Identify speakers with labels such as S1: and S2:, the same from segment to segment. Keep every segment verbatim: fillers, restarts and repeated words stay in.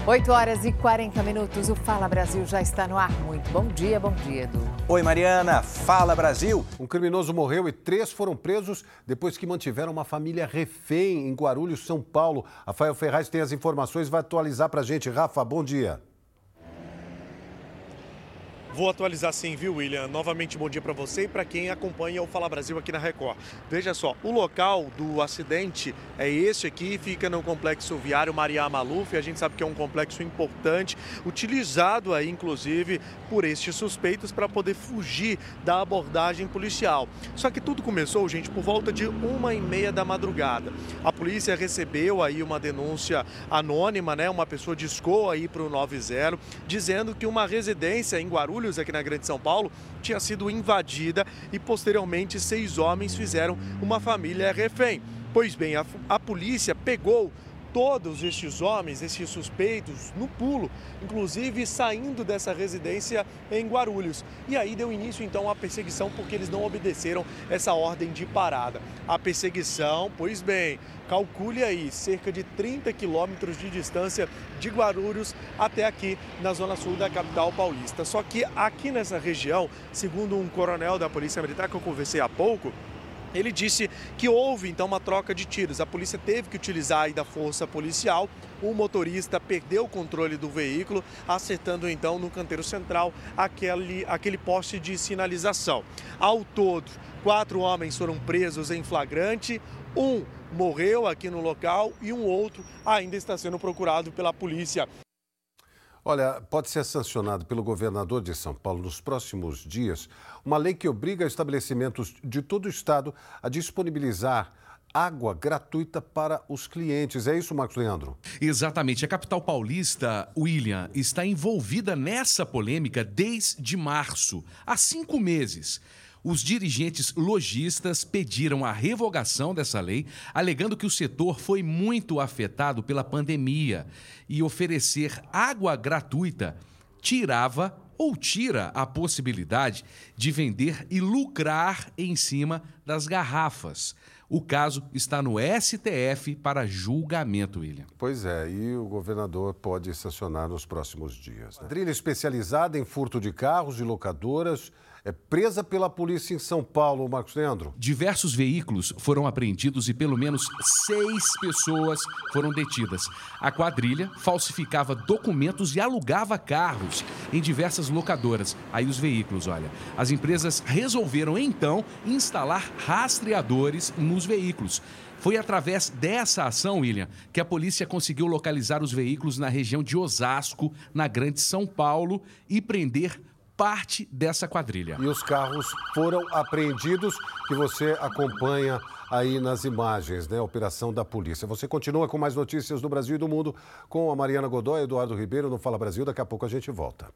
S1: oito horas e quarenta minutos, o Fala Brasil já está no ar. Muito bom dia, bom dia, Edu.
S2: Oi, Mariana. Fala, Brasil.
S3: Um criminoso morreu e três foram presos depois que mantiveram uma família refém em Guarulhos, São Paulo. Rafael Ferraz tem as informações, vai atualizar pra gente. Rafa, bom dia.
S4: Vou atualizar sim, viu, William? Novamente, bom dia para você e para quem acompanha o Fala Brasil aqui na Record. Veja só, o local do acidente é este aqui, fica no complexo viário Maria Maluf. A gente sabe que é um complexo importante, utilizado aí, inclusive, por estes suspeitos para poder fugir da abordagem policial. Só que tudo começou, gente, por volta de uma e meia da madrugada. A polícia recebeu aí uma denúncia anônima, né? Uma pessoa discou aí para o noventa, dizendo que uma residência em Guarulhos, aqui na Grande São Paulo, tinha sido invadida e posteriormente seis homens fizeram uma família refém. Pois bem, a, a polícia pegou todos estes homens, estes suspeitos, no pulo, inclusive saindo dessa residência em Guarulhos. E aí deu início então à perseguição porque eles não obedeceram essa ordem de parada. A perseguição, pois bem, calcule aí, cerca de trinta quilômetros de distância de Guarulhos até aqui na zona sul da capital paulista. Só que aqui nessa região, segundo um coronel da Polícia Militar que eu conversei há pouco, ele disse que houve então uma troca de tiros. A polícia teve que utilizar aí da força policial. O motorista perdeu o controle do veículo, acertando então no canteiro central aquele, aquele poste de sinalização. Ao todo, quatro homens foram presos em flagrante. Um morreu aqui no local e um outro ainda está sendo procurado pela polícia.
S3: Olha, pode ser sancionado pelo governador de São Paulo nos próximos dias uma lei que obriga estabelecimentos de todo o estado a disponibilizar água gratuita para os clientes. É isso, Marcos Leandro?
S5: Exatamente. A capital paulista, William, está envolvida nessa polêmica desde março, há cinco meses. Os dirigentes lojistas pediram a revogação dessa lei, alegando que o setor foi muito afetado pela pandemia e oferecer água gratuita tirava ou tira a possibilidade de vender e lucrar em cima das garrafas. O caso está no S T F para julgamento, William.
S3: Pois é, e o governador pode sancionar nos próximos dias. Né? Trilha especializada em furto de carros de locadoras é presa pela polícia em São Paulo, Marcos Leandro.
S5: Diversos veículos foram apreendidos e pelo menos seis pessoas foram detidas. A quadrilha falsificava documentos e alugava carros em diversas locadoras. Aí os veículos, olha, as empresas resolveram então instalar rastreadores nos veículos. Foi através dessa ação, William, que a polícia conseguiu localizar os veículos na região de Osasco, na Grande São Paulo, e prender parte dessa quadrilha.
S3: E os carros foram apreendidos, que você acompanha aí nas imagens, né? A operação da polícia. Você continua com mais notícias do Brasil e do mundo com a Mariana Godoy e Eduardo Ribeiro no Fala Brasil. Daqui a pouco a gente volta.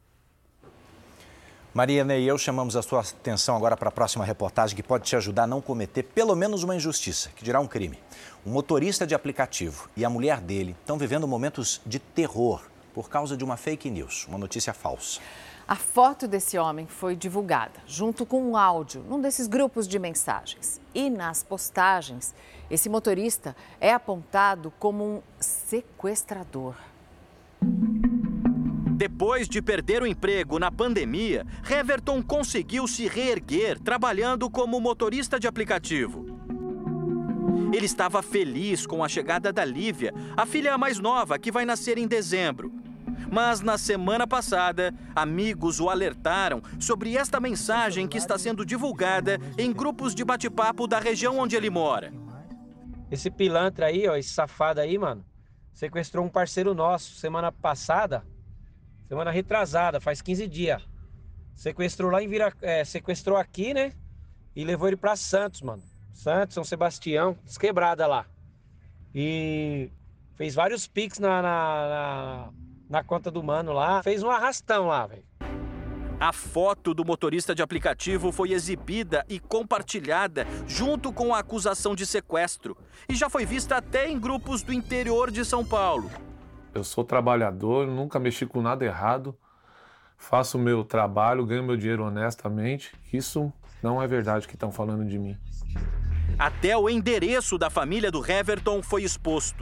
S2: Mariana e eu chamamos a sua atenção agora para a próxima reportagem que pode te ajudar a não cometer pelo menos uma injustiça, que dirá um crime. Um motorista de aplicativo e a mulher dele estão vivendo momentos de terror por causa de uma fake news, uma notícia falsa.
S1: A foto desse homem foi divulgada, junto com um áudio, num desses grupos de mensagens. E nas postagens, esse motorista é apontado como um sequestrador.
S6: Depois de perder o emprego na pandemia, Heverton conseguiu se reerguer trabalhando como motorista de aplicativo. Ele estava feliz com a chegada da Lívia, a filha mais nova, que vai nascer em dezembro. Mas na semana passada, amigos o alertaram sobre esta mensagem que está sendo divulgada em grupos de bate-papo da região onde ele mora.
S7: Esse pilantra aí, ó, esse safado aí, mano, sequestrou um parceiro nosso semana passada, semana retrasada, faz quinze dias. Sequestrou lá em Vira... É, sequestrou aqui, né? E levou ele pra Santos, mano. Santos, São Sebastião, desquebrada lá. E fez vários pics na... na, na... na conta do mano lá, fez um arrastão lá, velho.
S6: A foto do motorista de aplicativo foi exibida e compartilhada junto com a acusação de sequestro e já foi vista até em grupos do interior de São Paulo.
S8: Eu sou trabalhador, nunca mexi com nada errado, faço o meu trabalho, ganho meu dinheiro honestamente. Isso não é verdade que estão falando de mim.
S6: Até o endereço da família do Heverton foi exposto.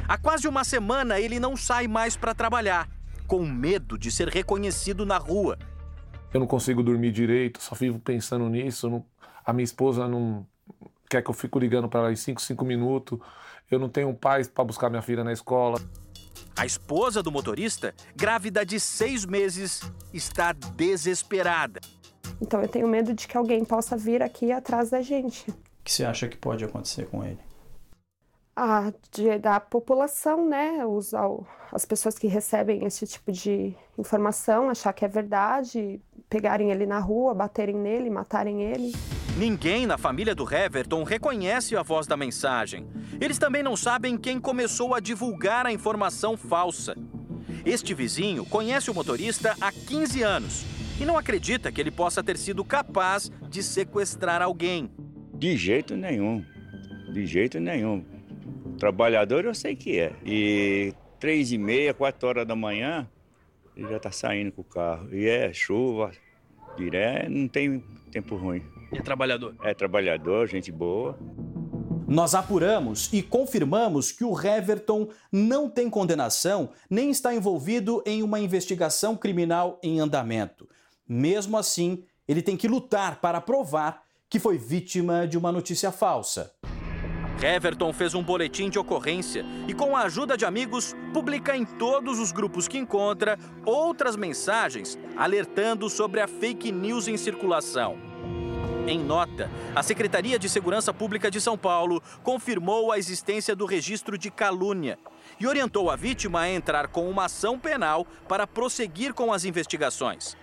S6: Há quase uma semana ele não sai mais para trabalhar, com medo de ser reconhecido na rua.
S8: Eu não consigo dormir direito, só vivo pensando nisso. Não... A minha esposa não quer que eu fique ligando para ela em cinco, cinco minutos. Eu não tenho pais para buscar minha filha na escola.
S6: A esposa do motorista, grávida de seis meses, está desesperada.
S9: Então eu tenho medo de que alguém possa vir aqui atrás da gente.
S10: O que você acha que pode acontecer com ele?
S9: Ah, de, da população, né? Os, as pessoas que recebem esse tipo de informação, achar que é verdade, pegarem ele na rua, baterem nele, matarem ele.
S6: Ninguém na família do Heverton reconhece a voz da mensagem. Eles também não sabem quem começou a divulgar a informação falsa. Este vizinho conhece o motorista há quinze anos e não acredita que ele possa ter sido capaz de sequestrar alguém.
S11: De jeito nenhum, de jeito nenhum. Trabalhador eu sei que é. E três e meia, quatro horas da manhã, ele já está saindo com o carro. E é chuva, direto, não tem tempo ruim.
S6: É trabalhador?
S11: É trabalhador, gente boa.
S12: Nós apuramos e confirmamos que o Heverton não tem condenação nem está envolvido em uma investigação criminal em andamento. Mesmo assim, ele tem que lutar para provar que foi vítima de uma notícia falsa.
S6: Heverton fez um boletim de ocorrência e, com a ajuda de amigos, publica em todos os grupos que encontra outras mensagens alertando sobre a fake news em circulação. Em nota, a Secretaria de Segurança Pública de São Paulo confirmou a existência do registro de calúnia e orientou a vítima a entrar com uma ação penal para prosseguir com as investigações.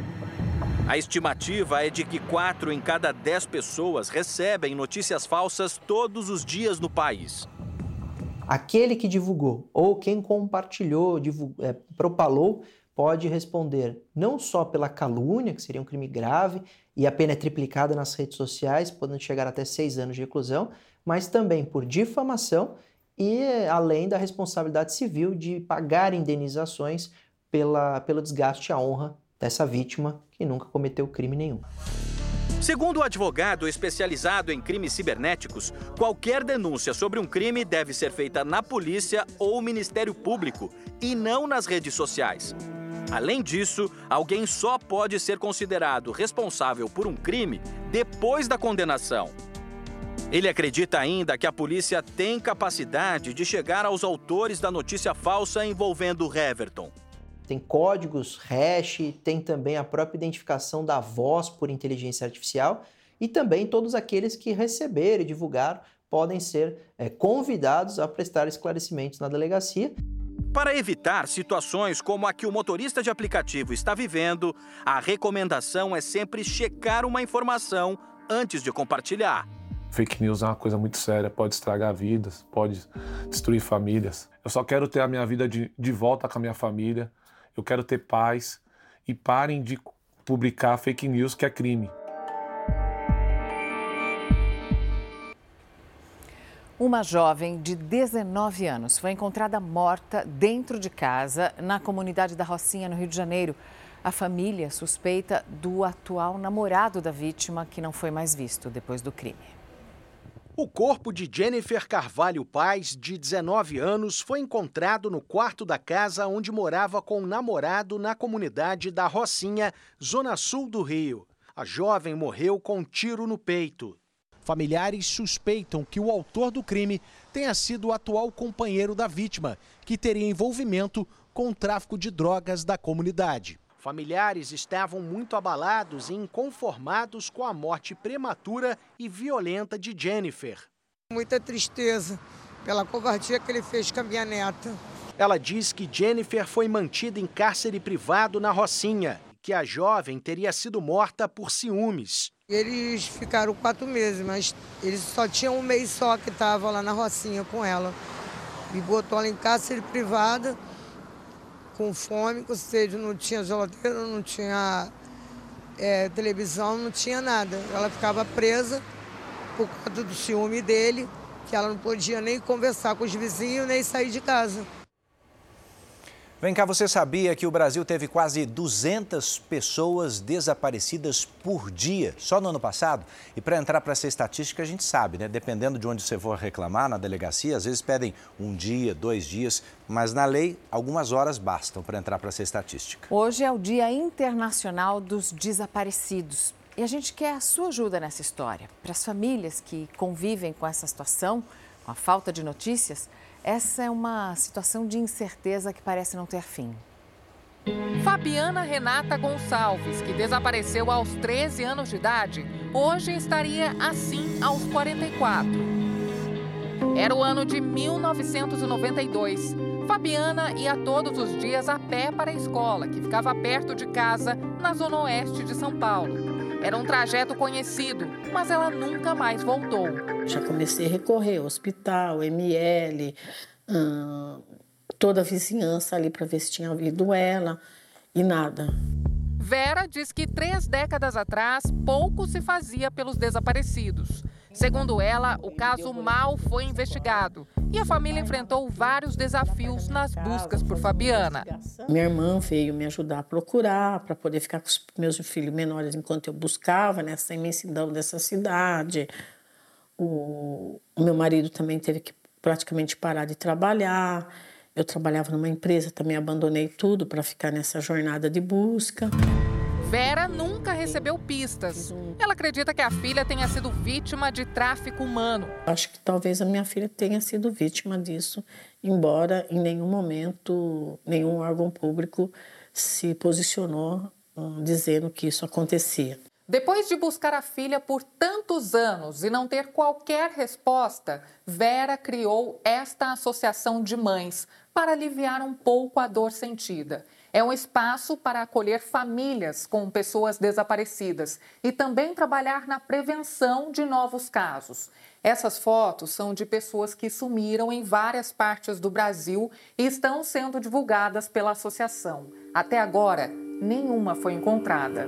S6: A estimativa é de que quatro em cada dez pessoas recebem notícias falsas todos os dias no país.
S13: Aquele que divulgou ou quem compartilhou, divulgou, é, propalou, pode responder não só pela calúnia, que seria um crime grave, e a pena é triplicada nas redes sociais, podendo chegar até seis anos de reclusão, mas também por difamação e além da responsabilidade civil de pagar indenizações pela, pelo desgaste à honra dessa vítima que nunca cometeu crime nenhum.
S6: Segundo o advogado especializado em crimes cibernéticos, qualquer denúncia sobre um crime deve ser feita na polícia ou Ministério Público e não nas redes sociais. Além disso, alguém só pode ser considerado responsável por um crime depois da condenação. Ele acredita ainda que a polícia tem capacidade de chegar aos autores da notícia falsa envolvendo o Heverton.
S13: Tem códigos hash, tem também a própria identificação da voz por inteligência artificial e também todos aqueles que receberam e divulgaram podem ser é, convidados a prestar esclarecimentos na delegacia.
S6: Para evitar situações como a que o motorista de aplicativo está vivendo, a recomendação é sempre checar uma informação antes de compartilhar.
S8: Fake news é uma coisa muito séria, pode estragar vidas, pode destruir famílias. Eu só quero ter a minha vida de, de volta com a minha família, eu quero ter paz e parem de publicar fake news que é crime.
S1: Uma jovem de dezenove anos foi encontrada morta dentro de casa na comunidade da Rocinha, no Rio de Janeiro. A família suspeita do atual namorado da vítima, que não foi mais visto depois do crime.
S14: O corpo de Jennifer Carvalho Paz, de dezenove anos, foi encontrado no quarto da casa onde morava com o namorado na comunidade da Rocinha, zona sul do Rio. A jovem morreu com um tiro no peito. Familiares suspeitam que o autor do crime tenha sido o atual companheiro da vítima, que teria envolvimento com o tráfico de drogas da comunidade. Familiares estavam muito abalados e inconformados com a morte prematura e violenta de Jennifer.
S15: Muita tristeza pela covardia que ele fez com a minha neta.
S14: Ela diz que Jennifer foi mantida em cárcere privado na Rocinha, que a jovem teria sido morta por ciúmes.
S15: Eles ficaram quatro meses, mas eles só tinham um mês só que estava lá na Rocinha com ela. E botou ela em cárcere privada, com fome, com sede, não tinha geladeira, não tinha é, televisão, não tinha nada. Ela ficava presa por conta do ciúme dele, que ela não podia nem conversar com os vizinhos, nem sair de casa.
S2: Vem cá, você sabia que o Brasil teve quase duzentas pessoas desaparecidas por dia, só no ano passado? E para entrar para essa estatística, a gente sabe, né? Dependendo de onde você for reclamar, na delegacia, às vezes pedem um dia, dois dias, mas na lei, algumas horas bastam para entrar para essa estatística.
S1: Hoje é o Dia Internacional dos Desaparecidos. E a gente quer a sua ajuda nessa história. Para as famílias que convivem com essa situação, com a falta de notícias, essa é uma situação de incerteza que parece não ter fim.
S16: Fabiana Renata Gonçalves, que desapareceu aos treze anos de idade, hoje estaria assim aos quarenta e quatro. Era o ano de mil novecentos e noventa e dois. Fabiana ia todos os dias a pé para a escola, que ficava perto de casa, na zona oeste de São Paulo. Era um trajeto conhecido, mas ela nunca mais voltou.
S17: Já comecei a recorrer ao hospital, M L, hum, toda a vizinhança ali para ver se tinha havido ela e nada.
S16: Vera diz que três décadas atrás, pouco se fazia pelos desaparecidos. Segundo ela, o caso mal foi investigado e a família enfrentou vários desafios nas buscas por Fabiana.
S17: Minha irmã veio me ajudar a procurar para poder ficar com os meus filhos menores enquanto eu buscava nessa imensidão dessa cidade. O, o meu marido também teve que praticamente parar de trabalhar. Eu trabalhava numa empresa, também abandonei tudo para ficar nessa jornada de busca.
S16: Vera nunca recebeu pistas. Ela acredita que a filha tenha sido vítima de tráfico humano.
S17: Acho que talvez a minha filha tenha sido vítima disso, embora em nenhum momento nenhum órgão público se posicionou hum, dizendo que isso acontecia.
S16: Depois de buscar a filha por tantos anos e não ter qualquer resposta, Vera criou esta associação de mães para aliviar um pouco a dor sentida. É um espaço para acolher famílias com pessoas desaparecidas e também trabalhar na prevenção de novos casos. Essas fotos são de pessoas que sumiram em várias partes do Brasil e estão sendo divulgadas pela associação. Até agora, nenhuma foi encontrada.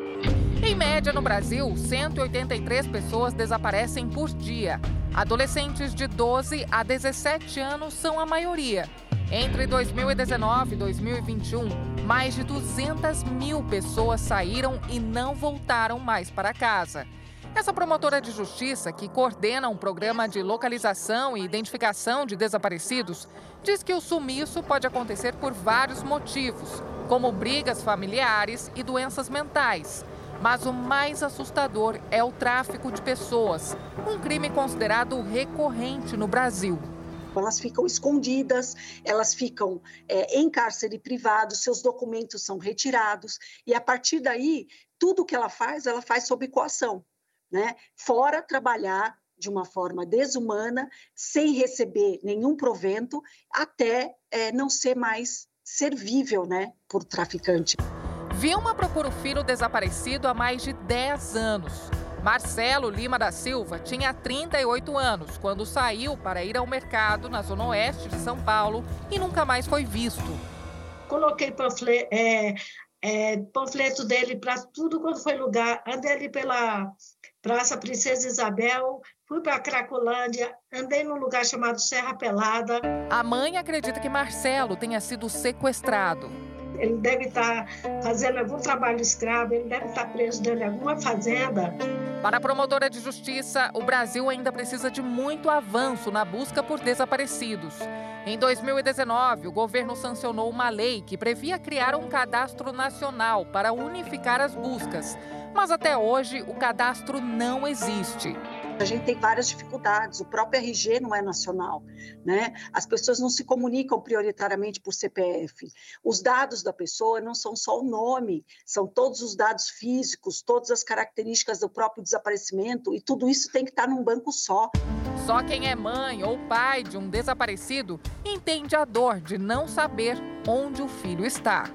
S16: Em média, no Brasil, cento e oitenta e três pessoas desaparecem por dia. Adolescentes de doze a dezessete anos são a maioria. Entre dois mil e dezenove e dois mil e vinte e um, mais de duzentas mil pessoas saíram e não voltaram mais para casa. Essa promotora de justiça, que coordena um programa de localização e identificação de desaparecidos, diz que o sumiço pode acontecer por vários motivos, como brigas familiares e doenças mentais. Mas o mais assustador é o tráfico de pessoas, um crime considerado recorrente no Brasil.
S18: Elas ficam escondidas, elas ficam é, em cárcere privado, seus documentos são retirados e a partir daí, tudo que ela faz, ela faz sob coação, né? Fora trabalhar de uma forma desumana, sem receber nenhum provento, até é, não ser mais servível, né, por traficante.
S16: Vilma procura o filho desaparecido há mais de dez anos. Marcelo Lima da Silva tinha trinta e oito anos quando saiu para ir ao mercado na zona oeste de São Paulo e nunca mais foi visto.
S19: Coloquei panfleto, é, é, panfleto dele para tudo quando foi lugar. Andei ali pela Praça Princesa Isabel, fui para Cracolândia, andei num lugar chamado Serra Pelada.
S16: A mãe acredita que Marcelo tenha sido sequestrado.
S19: Ele deve estar fazendo algum trabalho escravo, ele deve estar preso dentro de alguma fazenda.
S16: Para a promotora de justiça, o Brasil ainda precisa de muito avanço na busca por desaparecidos. Em dois mil e dezenove, o governo sancionou uma lei que previa criar um cadastro nacional para unificar as buscas. Mas até hoje, o cadastro não existe.
S18: A gente tem várias dificuldades, o próprio R G não é nacional, né? As pessoas não se comunicam prioritariamente por C P F. Os dados da pessoa não são só o nome, são todos os dados físicos, todas as características do próprio desaparecimento e tudo isso tem que estar num banco só.
S16: Só quem é mãe ou pai de um desaparecido entende a dor de não saber onde o filho está.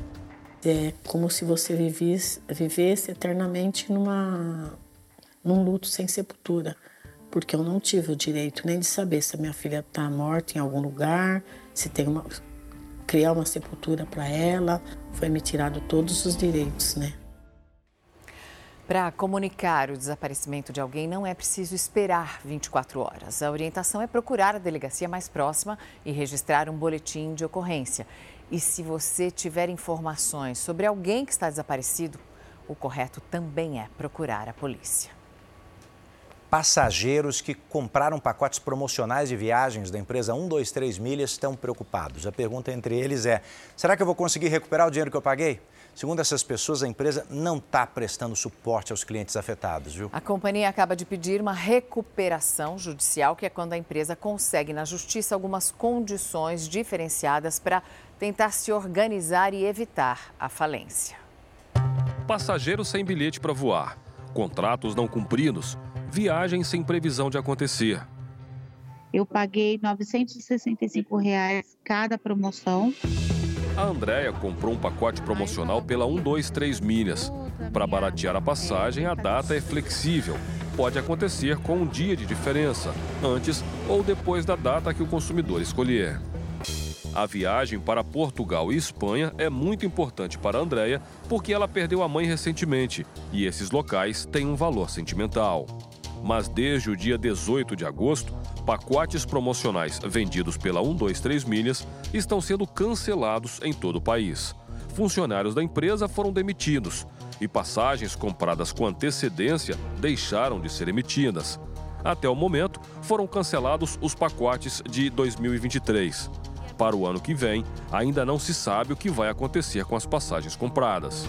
S17: É como se você vivesse, vivesse eternamente numa... num luto sem sepultura, porque eu não tive o direito nem de saber se a minha filha está morta em algum lugar, se tem uma criar uma sepultura para ela, foi me tirado todos os direitos, né?
S1: Para comunicar o desaparecimento de alguém não é preciso esperar vinte e quatro horas. A orientação é procurar a delegacia mais próxima e registrar um boletim de ocorrência. E se você tiver informações sobre alguém que está desaparecido, o correto também é procurar a polícia.
S2: Passageiros que compraram pacotes promocionais de viagens da empresa um dois três Milhas estão preocupados. A pergunta entre eles é: será que eu vou conseguir recuperar o dinheiro que eu paguei? Segundo essas pessoas, a empresa não está prestando suporte aos clientes afetados, viu?
S1: A companhia acaba de pedir uma recuperação judicial, que é quando a empresa consegue na justiça algumas condições diferenciadas para tentar se organizar e evitar a falência.
S20: Passageiros sem bilhete para voar, contratos não cumpridos, viagem sem previsão de acontecer.
S21: Eu paguei novecentos e sessenta e cinco reais cada promoção.
S20: A Andréia comprou um pacote promocional pela um dois três Milhas. Para baratear a passagem, a data é flexível. Pode acontecer com um dia de diferença, antes ou depois da data que o consumidor escolher. A viagem para Portugal e Espanha é muito importante para a Andréia porque ela perdeu a mãe recentemente e esses locais têm um valor sentimental. Mas desde o dia dezoito de agosto, pacotes promocionais vendidos pela um dois três Milhas estão sendo cancelados em todo o país. Funcionários da empresa foram demitidos e passagens compradas com antecedência deixaram de ser emitidas. Até o momento, foram cancelados os pacotes de dois mil e vinte e três. Para o ano que vem, ainda não se sabe o que vai acontecer com as passagens compradas.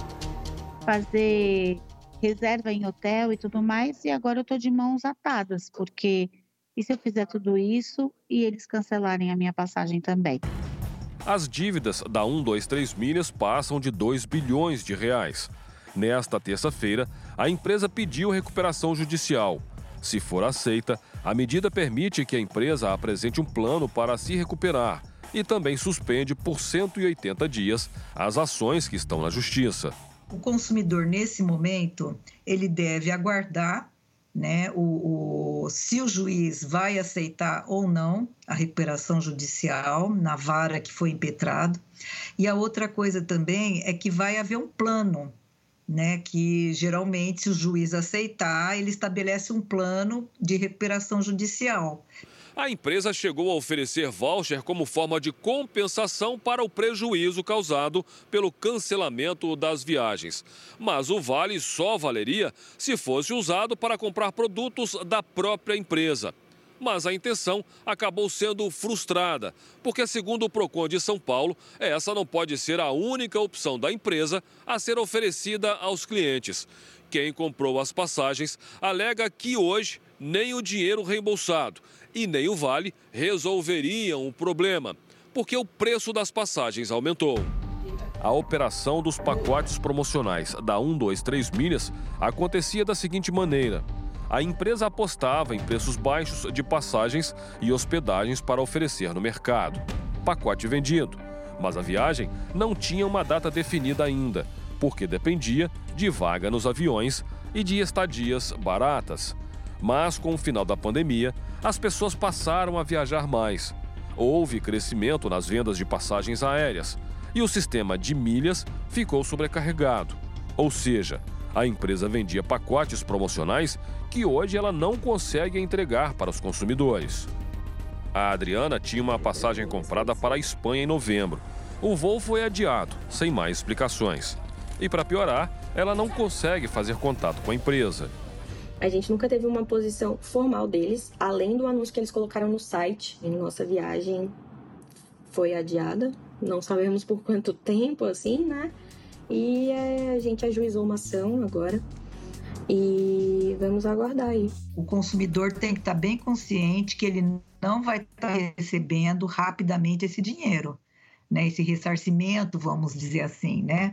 S21: Fazer reserva em hotel e tudo mais, e agora eu estou de mãos atadas, porque e se eu fizer tudo isso e eles cancelarem a minha passagem também?
S20: As dívidas da um dois três Milhas passam de dois bilhões de reais. Nesta terça-feira, a empresa pediu recuperação judicial. Se for aceita, a medida permite que a empresa apresente um plano para se recuperar e também suspende por cento e oitenta dias as ações que estão na justiça.
S22: O consumidor, nesse momento, ele deve aguardar, né, o, o, se o juiz vai aceitar ou não a recuperação judicial na vara que foi impetrado. E a outra coisa também é que vai haver um plano, né, que geralmente, se o juiz aceitar, ele estabelece um plano de recuperação judicial.
S20: A empresa chegou a oferecer voucher como forma de compensação para o prejuízo causado pelo cancelamento das viagens. Mas o vale só valeria se fosse usado para comprar produtos da própria empresa. Mas a intenção acabou sendo frustrada, porque, segundo o Procon de São Paulo, essa não pode ser a única opção da empresa a ser oferecida aos clientes. Quem comprou as passagens alega que hoje nem o dinheiro reembolsado e nem o vale resolveriam o problema, porque o preço das passagens aumentou. A operação dos pacotes promocionais da um dois três Milhas acontecia da seguinte maneira: a empresa apostava em preços baixos de passagens e hospedagens para oferecer no mercado. Pacote vendido, mas a viagem não tinha uma data definida ainda, porque dependia de vaga nos aviões e de estadias baratas. Mas com o final da pandemia, as pessoas passaram a viajar mais. Houve crescimento nas vendas de passagens aéreas e o sistema de milhas ficou sobrecarregado. Ou seja, a empresa vendia pacotes promocionais que hoje ela não consegue entregar para os consumidores. A Adriana tinha uma passagem comprada para a Espanha em novembro. O voo foi adiado, sem mais explicações. E para piorar, ela não consegue fazer contato com a empresa.
S23: A gente nunca teve uma posição formal deles, além do anúncio que eles colocaram no site. E nossa viagem foi adiada, não sabemos por quanto tempo, assim, né? E é, a gente ajuizou uma ação agora e vamos aguardar aí.
S22: O consumidor tem que estar bem consciente que ele não vai estar recebendo rapidamente esse dinheiro, né? Esse ressarcimento, vamos dizer assim, né?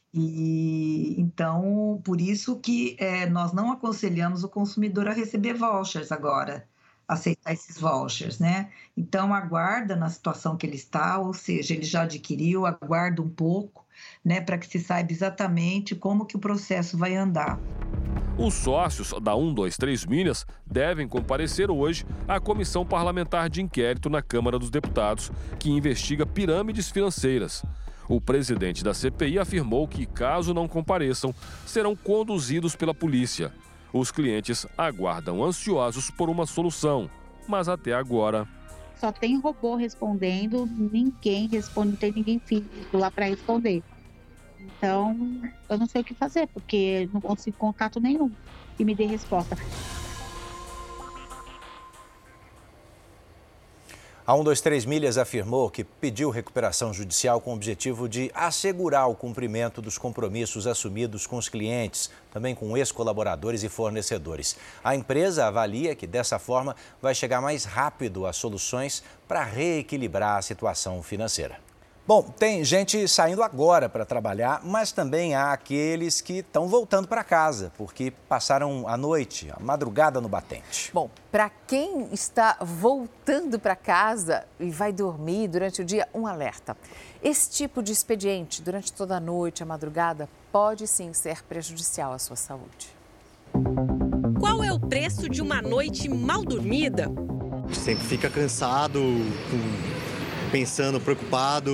S22: E então, por isso que é, nós não aconselhamos o consumidor a receber vouchers agora, aceitar esses vouchers, né? Então, aguarda na situação que ele está, ou seja, ele já adquiriu, aguarda um pouco, né, para que se saiba exatamente como que o processo vai andar.
S20: Os sócios da um dois três Milhas devem comparecer hoje à Comissão Parlamentar de Inquérito na Câmara dos Deputados, que investiga pirâmides financeiras. O presidente da C P I afirmou que, caso não compareçam, serão conduzidos pela polícia. Os clientes aguardam ansiosos por uma solução, mas até agora,
S21: só tem robô respondendo, ninguém responde, não tem ninguém físico lá para responder. Então, eu não sei o que fazer, porque não consigo contato nenhum que me dê resposta.
S2: A um dois três Milhas afirmou que pediu recuperação judicial com o objetivo de assegurar o cumprimento dos compromissos assumidos com os clientes, também com ex-colaboradores e fornecedores. A empresa avalia que, dessa forma, vai chegar mais rápido às soluções para reequilibrar a situação financeira. Bom, tem gente saindo agora para trabalhar, mas também há aqueles que estão voltando para casa, porque passaram a noite, a madrugada no batente.
S1: Bom, para quem está voltando para casa e vai dormir durante o dia, um alerta. Esse tipo de expediente, durante toda a noite, a madrugada, pode sim ser prejudicial à sua saúde.
S3: Qual é o preço de uma noite mal dormida?
S4: Sempre fica cansado, com... pensando, preocupado,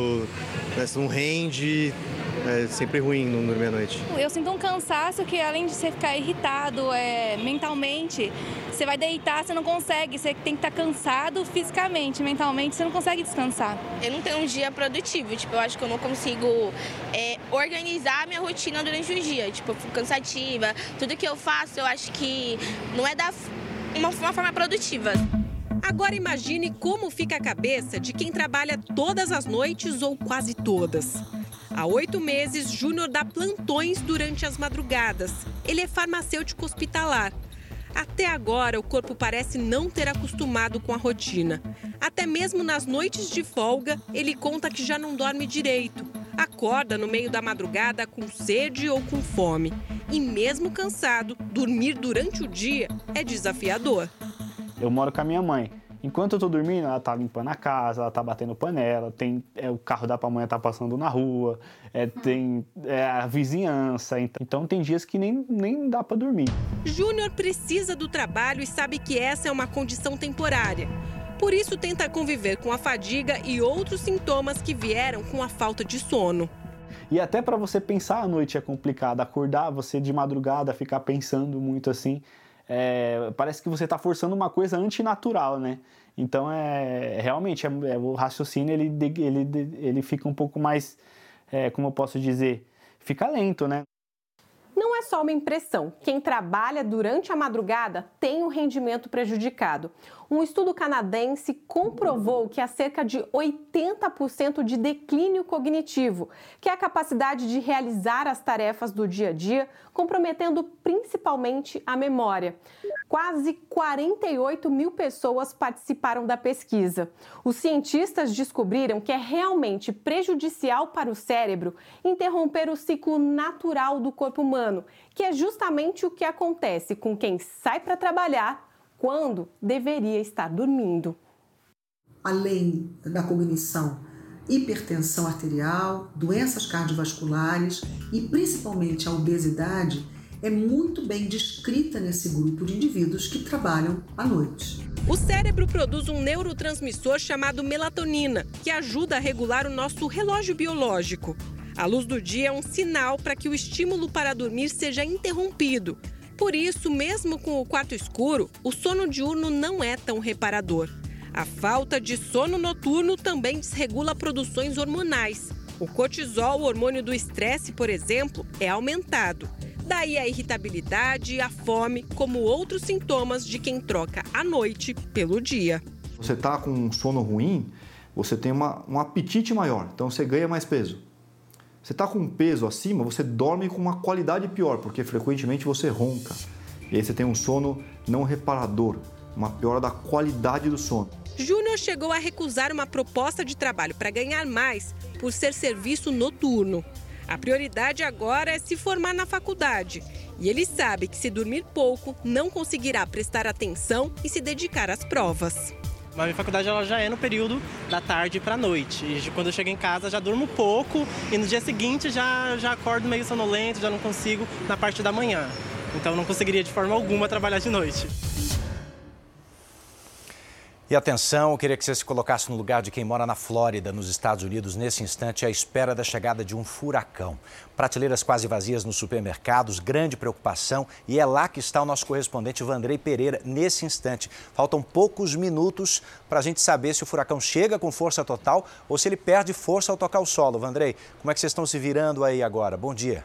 S4: não rende, é sempre ruim não dormir à noite.
S5: Eu sinto um cansaço que, além de você ficar irritado é, mentalmente, você vai deitar, você não consegue, você tem que estar cansado fisicamente, mentalmente, você não consegue descansar.
S24: Eu não tenho um dia produtivo, tipo, eu acho que eu não consigo é, organizar a minha rotina durante o dia, tipo, eu fico cansativa, tudo que eu faço eu acho que não é da uma, uma forma produtiva.
S3: Agora imagine como fica a cabeça de quem trabalha todas as noites ou quase todas. Há oito meses, Júnior dá plantões durante as madrugadas. Ele é farmacêutico hospitalar. Até agora, o corpo parece não ter acostumado com a rotina. Até mesmo nas noites de folga, ele conta que já não dorme direito. Acorda no meio da madrugada com sede ou com fome. E mesmo cansado, dormir durante o dia é desafiador.
S25: Eu moro com a minha mãe. Enquanto eu tô dormindo, ela tá limpando a casa, ela tá batendo panela, tem é, o carro da pamonha tá passando na rua, é, tem é, a vizinhança. Então tem dias que nem, nem dá para dormir.
S3: Júnior precisa do trabalho e sabe que essa é uma condição temporária. Por isso tenta conviver com a fadiga e outros sintomas que vieram com a falta de sono.
S25: E até para você pensar à noite é complicado. Acordar, você de madrugada, ficar pensando muito assim. É, parece que você está forçando uma coisa antinatural, né? Então, é, realmente, é, é, o raciocínio ele, ele, ele fica um pouco mais, é, como eu posso dizer, fica lento, né?
S26: Não é só uma impressão. Quem trabalha durante a madrugada tem um rendimento prejudicado. Um estudo canadense comprovou que há cerca de oitenta por cento de declínio cognitivo, que é a capacidade de realizar as tarefas do dia a dia, comprometendo principalmente a memória. Quase quarenta e oito mil pessoas participaram da pesquisa. Os cientistas descobriram que é realmente prejudicial para o cérebro interromper o ciclo natural do corpo humano, que é justamente o que acontece com quem sai para trabalhar quando deveria estar dormindo.
S27: Além da cognição, hipertensão arterial, doenças cardiovasculares e principalmente a obesidade é muito bem descrita nesse grupo de indivíduos que trabalham à noite.
S3: O cérebro produz um neurotransmissor chamado melatonina, que ajuda a regular o nosso relógio biológico. A luz do dia é um sinal para que o estímulo para dormir seja interrompido. Por isso, mesmo com o quarto escuro, o sono diurno não é tão reparador. A falta de sono noturno também desregula produções hormonais. O cortisol, o hormônio do estresse, por exemplo, é aumentado. Daí a irritabilidade e a fome, como outros sintomas de quem troca a noite pelo dia.
S28: Você está com um sono ruim, você tem uma, um apetite maior, então você ganha mais peso. Você está com um peso acima, você dorme com uma qualidade pior, porque frequentemente você ronca. E aí você tem um sono não reparador, uma piora da qualidade do sono.
S3: Júnior chegou a recusar uma proposta de trabalho para ganhar mais por ser serviço noturno. A prioridade agora é se formar na faculdade. E ele sabe que se dormir pouco, não conseguirá prestar atenção e se dedicar às provas.
S29: A minha faculdade ela já é no período da tarde para a noite. E quando eu chego em casa já durmo pouco e no dia seguinte já, já acordo meio sonolento, já não consigo na parte da manhã. Então eu não conseguiria de forma alguma trabalhar de noite.
S2: E atenção, eu queria que você se colocasse no lugar de quem mora na Flórida, nos Estados Unidos, nesse instante, à espera da chegada de um furacão. Prateleiras quase vazias nos supermercados, grande preocupação, e é lá que está o nosso correspondente Vandrei Pereira, nesse instante. Faltam poucos minutos para a gente saber se o furacão chega com força total ou se ele perde força ao tocar o solo. Vandrei, como é que vocês estão se virando aí agora? Bom dia.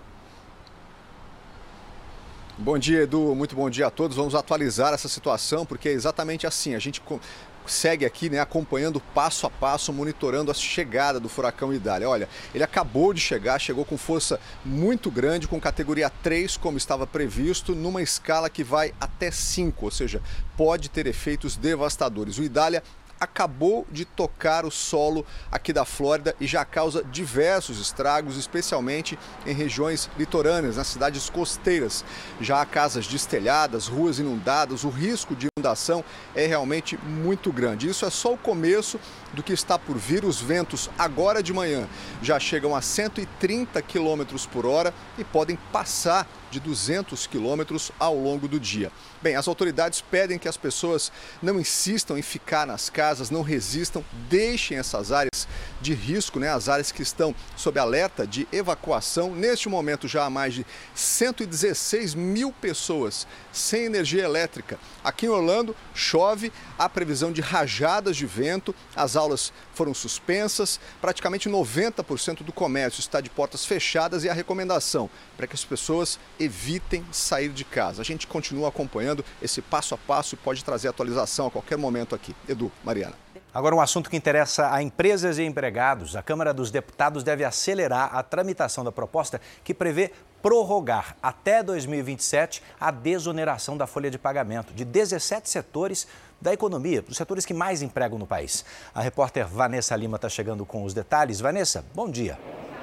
S6: Bom dia, Edu. Muito bom dia a todos. Vamos atualizar essa situação, porque é exatamente assim. A gente segue aqui, né, acompanhando passo a passo, monitorando a chegada do furacão Idália. Olha, ele acabou de chegar, chegou com força muito grande, com categoria três, como estava previsto, numa escala que vai até cinco, ou seja, pode ter efeitos devastadores. O Idália acabou de tocar o solo aqui da Flórida e já causa diversos estragos, especialmente em regiões litorâneas, nas cidades costeiras. Já há casas destelhadas, ruas inundadas, o risco de inundação é realmente muito grande. Isso é só o começo do que está por vir. Os ventos agora de manhã já chegam a cento e trinta quilômetros por hora e podem passar de duzentos quilômetros ao longo do dia. Bem, as autoridades pedem que as pessoas não insistam em ficar nas casas, não resistam, deixem essas áreas de risco, né, as áreas que estão sob alerta de evacuação. Neste momento já há mais de cento e dezesseis mil pessoas sem energia elétrica. Aqui em Orlando chove, há previsão de rajadas de vento, as aulas foram suspensas, praticamente noventa por cento do comércio está de portas fechadas e a recomendação para que as pessoas evitem sair de casa. A gente continua acompanhando esse passo a passo e pode trazer atualização a qualquer momento aqui. Edu, Mariana.
S2: Agora um assunto que interessa a empresas e empregados. A Câmara dos Deputados deve acelerar a tramitação da proposta que prevê prorrogar até dois mil e vinte e sete a desoneração da folha de pagamento de dezessete setores da economia, dos setores que mais empregam no país. A repórter Vanessa Lima está chegando com os detalhes. Vanessa, bom dia.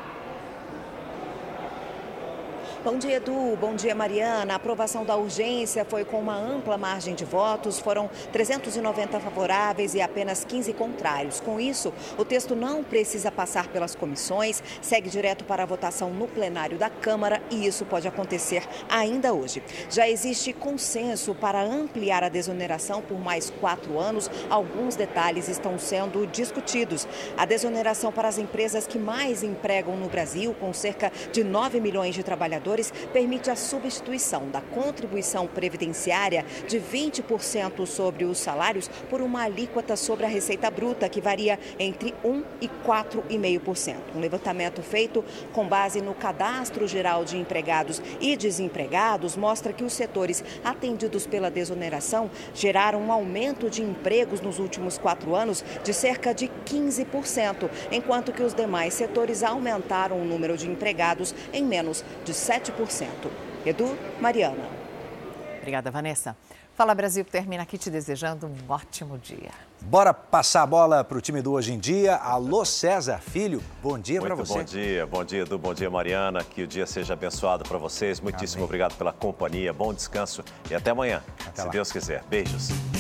S7: Bom dia, Edu. Bom dia, Mariana. A aprovação da urgência foi com uma ampla margem de votos. Foram trezentos e noventa favoráveis e apenas quinze contrários. Com isso, o texto não precisa passar pelas comissões, segue direto para a votação no plenário da Câmara e isso pode acontecer ainda hoje. Já existe consenso para ampliar a desoneração por mais quatro anos. Alguns detalhes estão sendo discutidos. A desoneração para as empresas que mais empregam no Brasil, com cerca de nove milhões de trabalhadores, permite a substituição da contribuição previdenciária de vinte por cento sobre os salários por uma alíquota sobre a receita bruta, que varia entre um e quatro vírgula cinco por cento. Um levantamento feito com base no Cadastro Geral de Empregados e Desempregados mostra que os setores atendidos pela desoneração geraram um aumento de empregos nos últimos quatro anos de cerca de quinze por cento, enquanto que os demais setores aumentaram o número de empregados em menos de sete por cento. Edu, Mariana.
S1: Obrigada, Vanessa. Fala Brasil termina aqui te desejando um ótimo dia.
S2: Bora passar a bola para o time do Hoje em Dia. Alô, César Filho, bom dia para você.
S8: Muito bom dia, bom dia, Edu, bom dia, Mariana. Que o dia seja abençoado para vocês. Muitíssimo Amém. Obrigado pela companhia, bom descanso e até amanhã, até se lá. Deus quiser. Beijos.